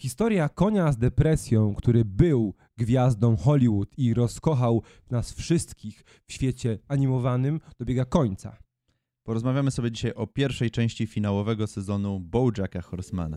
Historia konia z depresją, który był gwiazdą Hollywood i rozkochał nas wszystkich w świecie animowanym, dobiega końca. Porozmawiamy sobie dzisiaj o pierwszej części finałowego sezonu BoJacka Horsemana.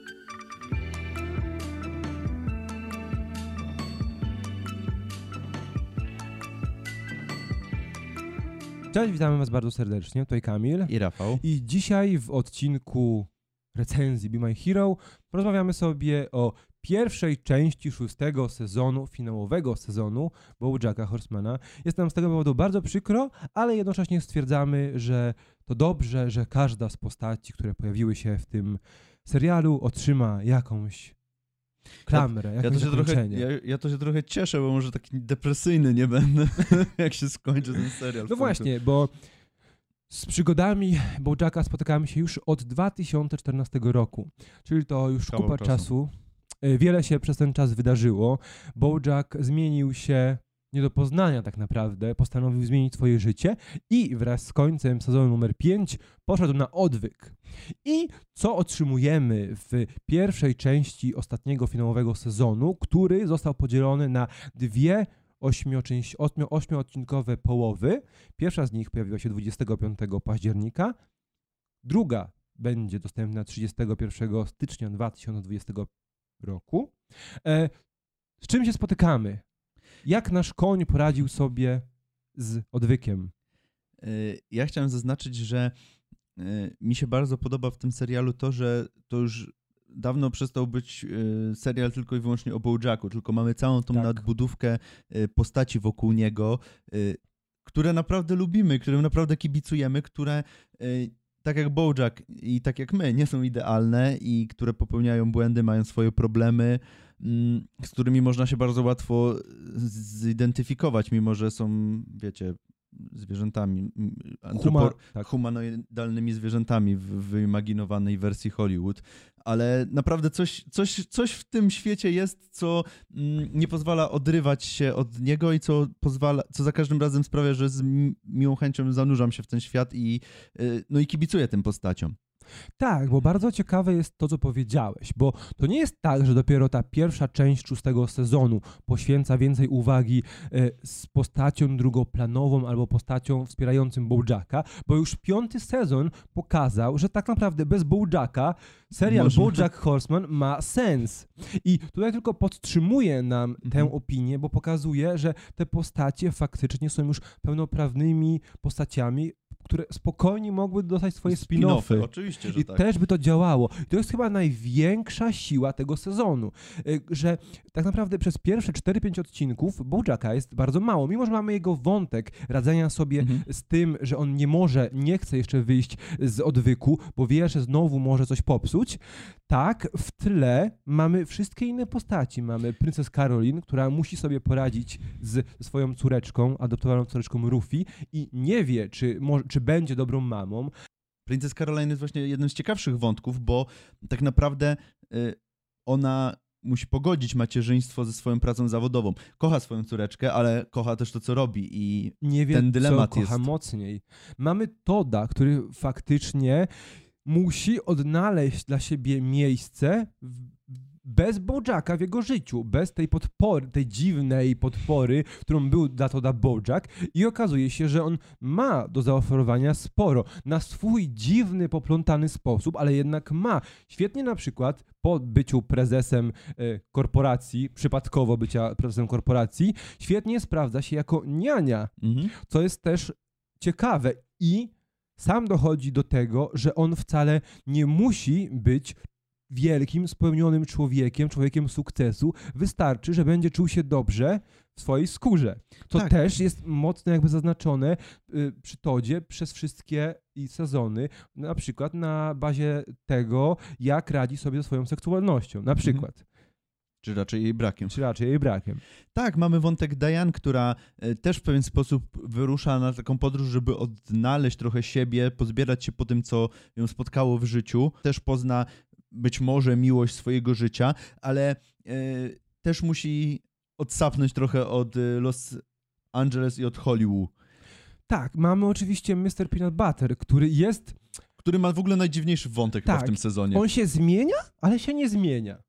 Cześć, witamy Was bardzo serdecznie, tutaj Kamil I Rafał. I dzisiaj w odcinku recenzji Be My Hero porozmawiamy sobie o pierwszej części 6. sezonu, finałowego sezonu BoJacka Horsemana. Jest nam z tego powodu bardzo przykro, ale jednocześnie stwierdzamy, że to dobrze, że każda z postaci, które pojawiły się w tym serialu, otrzyma jakąś klamrę, jakieś zakończenie. Ja to się trochę cieszę, bo może taki depresyjny nie będę, jak się skończy ten serial. No właśnie, bo z przygodami BoJacka spotykamy się już od 2014 roku, czyli to już kupa czasu. Wiele się przez ten czas wydarzyło. BoJack zmienił się nie do poznania tak naprawdę, postanowił zmienić swoje życie i wraz z końcem sezonu numer 5 poszedł na odwyk. I co otrzymujemy w pierwszej części ostatniego finałowego sezonu, który został podzielony na dwie 8-odcinkowe połowy. Pierwsza z nich pojawiła się 25 października, druga będzie dostępna 31 stycznia 2020 roku. Z czym się spotykamy? Jak nasz koń poradził sobie z odwykiem? Ja chciałem zaznaczyć, że mi się bardzo podoba w tym serialu to, że to już dawno przestał być serial tylko i wyłącznie o BoJacku, tylko mamy całą tą nadbudówkę postaci wokół niego, które naprawdę lubimy, którym naprawdę kibicujemy, które tak jak BoJack i tak jak my nie są idealne i które popełniają błędy, mają swoje problemy, z którymi można się bardzo łatwo zidentyfikować, mimo że są, wiecie, zwierzętami, humanoidalnymi zwierzętami w wyimaginowanej wersji Hollywood, ale naprawdę coś w tym świecie jest, co nie pozwala odrywać się od niego i co za każdym razem sprawia, że z miłą chęcią zanurzam się w ten świat i kibicuję tym postaciom. Tak, bo bardzo ciekawe jest to, co powiedziałeś, bo to nie jest tak, że dopiero ta pierwsza część 6. sezonu poświęca więcej uwagi z postacią drugoplanową albo postacią wspierającą BoJacka, bo już 5. sezon pokazał, że tak naprawdę bez BoJacka serial BoJack Horseman ma sens. I tutaj tylko podtrzymuje nam tę opinię, bo pokazuje, że te postacie faktycznie są już pełnoprawnymi postaciami, które spokojnie mogły dostać swoje spin-offy. Oczywiście, że I też by to działało. I to jest chyba największa siła tego sezonu, że tak naprawdę przez pierwsze 4-5 odcinków BoJacka jest bardzo mało. Mimo że mamy jego wątek radzenia sobie z tym, że on nie chce jeszcze wyjść z odwyku, bo wie, że znowu może coś popsuć, tak w tle mamy wszystkie inne postaci. Mamy Princess Caroline, która musi sobie poradzić z swoją córeczką, adoptowaną córeczką Rufy i nie wie, czy będzie dobrą mamą. Princess Caroline jest właśnie jednym z ciekawszych wątków, bo tak naprawdę ona musi pogodzić macierzyństwo ze swoją pracą zawodową. Kocha swoją córeczkę, ale kocha też to, co robi i nie wie, ten dylemat co kocha mocniej. Mamy Todda, który faktycznie musi odnaleźć dla siebie miejsce bez BoJacka w jego życiu, bez tej podpory, tej dziwnej podpory, którą był dla Todda BoJack i okazuje się, że on ma do zaoferowania sporo, na swój dziwny, poplątany sposób, ale jednak ma. Świetnie na przykład po byciu prezesem korporacji, przypadkowo bycia prezesem korporacji, świetnie sprawdza się jako niania, co jest też ciekawe i sam dochodzi do tego, że on wcale nie musi być wielkim, spełnionym człowiekiem sukcesu. Wystarczy, że będzie czuł się dobrze w swojej skórze. To też jest mocno jakby zaznaczone przy Toddzie przez wszystkie sezony, na przykład na bazie tego, jak radzi sobie ze swoją seksualnością. Na przykład. Czy raczej jej brakiem. Tak, mamy wątek Diane, która też w pewien sposób wyrusza na taką podróż, żeby odnaleźć trochę siebie, pozbierać się po tym, co ją spotkało w życiu. Też pozna być może miłość swojego życia, ale też musi odsapnąć trochę od Los Angeles i od Hollywood. Tak, mamy oczywiście Mr. Peanut Butter, który ma w ogóle najdziwniejszy wątek chyba w tym sezonie. On się zmienia, ale się nie zmienia.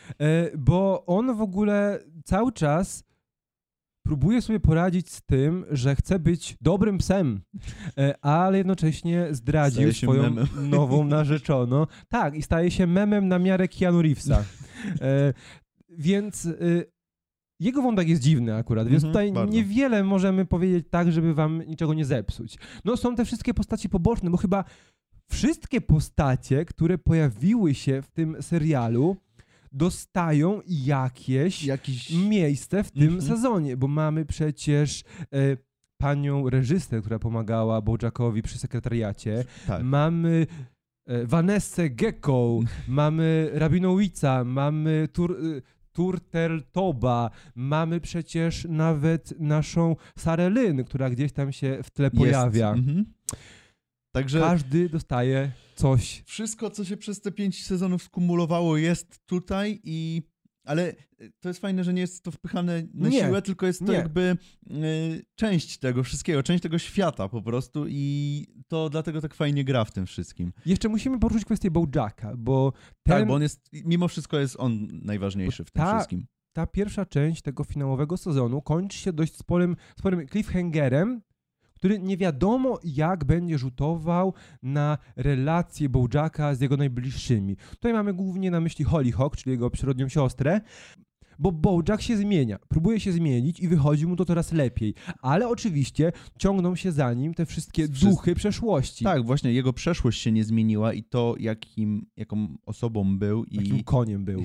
Bo on w ogóle cały czas próbuje sobie poradzić z tym, że chce być dobrym psem, ale jednocześnie zdradził swoją memem. Nową narzeczoną. Tak, i staje się memem na miarę Keanu Reevesa. Więc jego wątek jest dziwny akurat, więc tutaj bardzo. Niewiele możemy powiedzieć tak, żeby wam niczego nie zepsuć. No są te wszystkie postacie poboczne, bo chyba wszystkie postacie, które pojawiły się w tym serialu, dostają jakieś miejsce w tym sezonie, bo mamy przecież panią reżyser, która pomagała Bojackowi przy sekretariacie, tak. Mamy Vanessę Gecko, mamy Rabinowicza, mamy Turteltoba, mamy przecież nawet naszą Sarę Lynn, która gdzieś tam się w tle pojawia. Także każdy dostaje coś. Wszystko, co się przez te 5 sezonów skumulowało, jest tutaj ale to jest fajne, że nie jest to wpychane na siłę, tylko jest to jakby część tego wszystkiego, część tego świata po prostu i to dlatego tak fajnie gra w tym wszystkim. Jeszcze musimy poruszyć kwestię Bojacka, bo tak, bo on jest, mimo wszystko jest on najważniejszy w tym wszystkim. Ta pierwsza część tego finałowego sezonu kończy się dość sporym cliffhangerem, który nie wiadomo jak będzie rzutował na relacje Bojacka z jego najbliższymi. Tutaj mamy głównie na myśli Hollyhock, czyli jego przyrodnią siostrę, bo Bojack się zmienia, próbuje się zmienić i wychodzi mu to coraz lepiej, ale oczywiście ciągną się za nim te wszystkie duchy przeszłości. Tak, właśnie jego przeszłość się nie zmieniła i to jaką osobą był i jakim koniem był.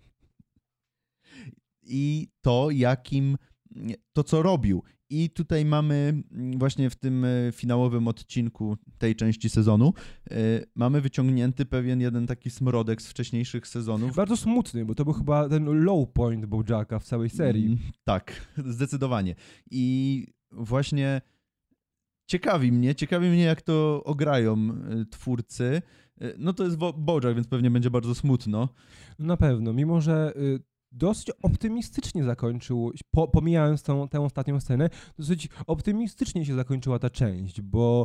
I to co robił. I tutaj mamy właśnie w tym finałowym odcinku tej części sezonu mamy wyciągnięty pewien jeden taki smrodek z wcześniejszych sezonów. Bardzo smutny, bo to był chyba ten low point Bojacka w całej serii. Tak, zdecydowanie. I właśnie ciekawi mnie jak to ograją twórcy. No to jest Bojack, więc pewnie będzie bardzo smutno. Na pewno, mimo że dosyć optymistycznie zakończył, pomijając tę ostatnią scenę, dosyć optymistycznie się zakończyła ta część, bo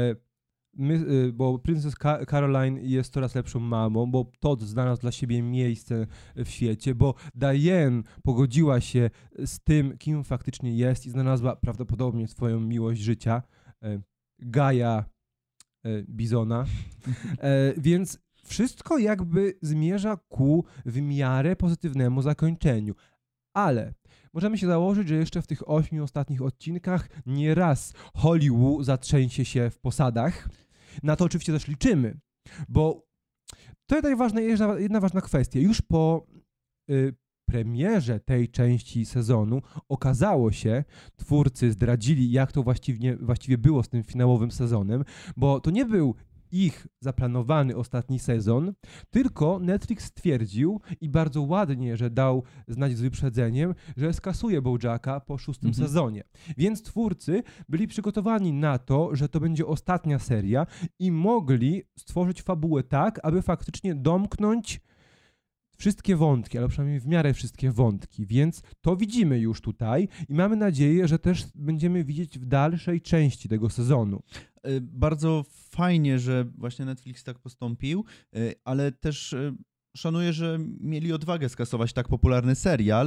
Princess Caroline jest coraz lepszą mamą, bo Todd znalazł dla siebie miejsce w świecie, bo Diane pogodziła się z tym, kim faktycznie jest i znalazła prawdopodobnie swoją miłość życia, Gaia Bizona, więc wszystko jakby zmierza ku w miarę pozytywnemu zakończeniu. Ale możemy się założyć, że jeszcze w tych 8 ostatnich odcinkach nieraz Hollywood zatrzęsie się w posadach. Na to oczywiście też liczymy, bo to jest jedna ważna kwestia. Już po premierze tej części sezonu okazało się, twórcy zdradzili, jak to właściwie było z tym finałowym sezonem, bo to nie był ich zaplanowany ostatni sezon, tylko Netflix stwierdził i bardzo ładnie, że dał znać z wyprzedzeniem, że skasuje Bojacka po 6. sezonie. Więc twórcy byli przygotowani na to, że to będzie ostatnia seria i mogli stworzyć fabułę tak, aby faktycznie domknąć wszystkie wątki, ale przynajmniej w miarę wszystkie wątki, więc to widzimy już tutaj i mamy nadzieję, że też będziemy widzieć w dalszej części tego sezonu. Bardzo fajnie, że właśnie Netflix tak postąpił, ale też szanuję, że mieli odwagę skasować tak popularny serial,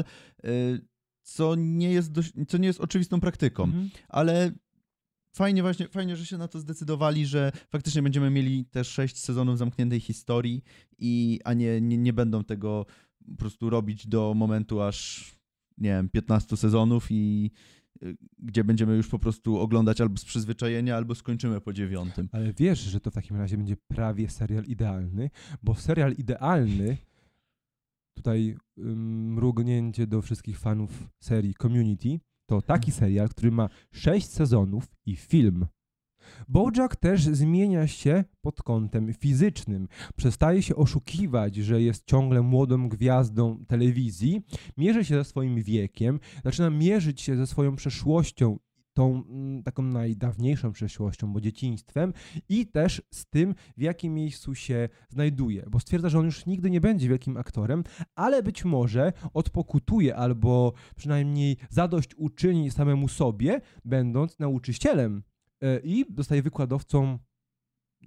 co nie jest oczywistą praktyką, ale fajnie, że się na to zdecydowali, że faktycznie będziemy mieli te 6 sezonów zamkniętej historii, a nie będą tego po prostu robić do momentu aż, nie wiem, 15 sezonów i gdzie będziemy już po prostu oglądać albo z przyzwyczajenia, albo skończymy po 9. Ale wiesz, że to w takim razie będzie prawie serial idealny, bo serial idealny, tutaj mrugnięcie do wszystkich fanów serii Community, to taki serial, który ma 6 sezonów i film. Bojack też zmienia się pod kątem fizycznym. Przestaje się oszukiwać, że jest ciągle młodą gwiazdą telewizji, mierzy się ze swoim wiekiem, zaczyna mierzyć się ze swoją przeszłością, tą taką najdawniejszą przeszłością, bo dzieciństwem i też z tym, w jakim miejscu się znajduje, bo stwierdza, że on już nigdy nie będzie wielkim aktorem, ale być może odpokutuje albo przynajmniej zadośćuczyni samemu sobie, będąc nauczycielem i zostaje wykładowcą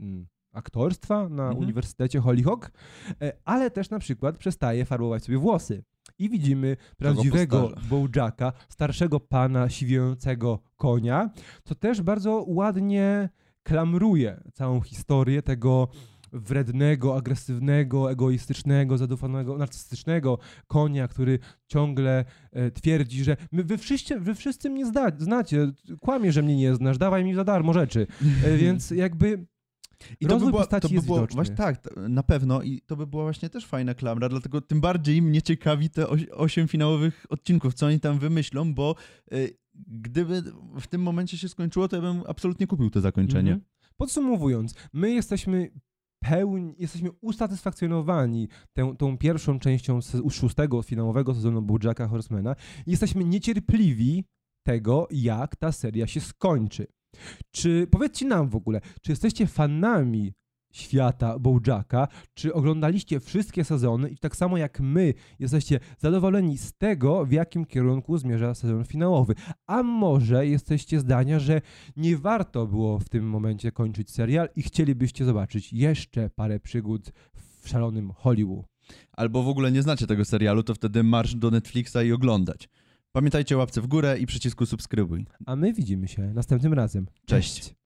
aktorstwa na Uniwersytecie Hollyhock, ale też na przykład przestaje farbować sobie włosy. I widzimy prawdziwego Bojacka, starszego pana siwiejącego konia, co też bardzo ładnie klamruje całą historię tego wrednego, agresywnego, egoistycznego, zadufanego, narcystycznego konia, który ciągle twierdzi, że wy wszyscy mnie znacie, kłamie, że mnie nie znasz, dawaj mi za darmo rzeczy. Więc jakby i rozwój postaci jest widoczny. Właśnie, tak, na pewno i to by była właśnie też fajna klamra, dlatego tym bardziej mnie ciekawi te 8 finałowych odcinków, co oni tam wymyślą, bo gdyby w tym momencie się skończyło, to ja bym absolutnie kupił to zakończenie. Podsumowując, my jesteśmy usatysfakcjonowani tą pierwszą częścią 6. finałowego sezonu BoJacka Horsemana i jesteśmy niecierpliwi tego, jak ta seria się skończy. Powiedzcie nam w ogóle, czy jesteście fanami świata Bojacka, czy oglądaliście wszystkie sezony i tak samo jak my jesteście zadowoleni z tego, w jakim kierunku zmierza sezon finałowy, a może jesteście zdania, że nie warto było w tym momencie kończyć serial i chcielibyście zobaczyć jeszcze parę przygód w szalonym Hollywood. Albo w ogóle nie znacie tego serialu, to wtedy marsz do Netflixa i oglądać. Pamiętajcie o łapce w górę i przycisku subskrybuj. A my widzimy się następnym razem. Cześć.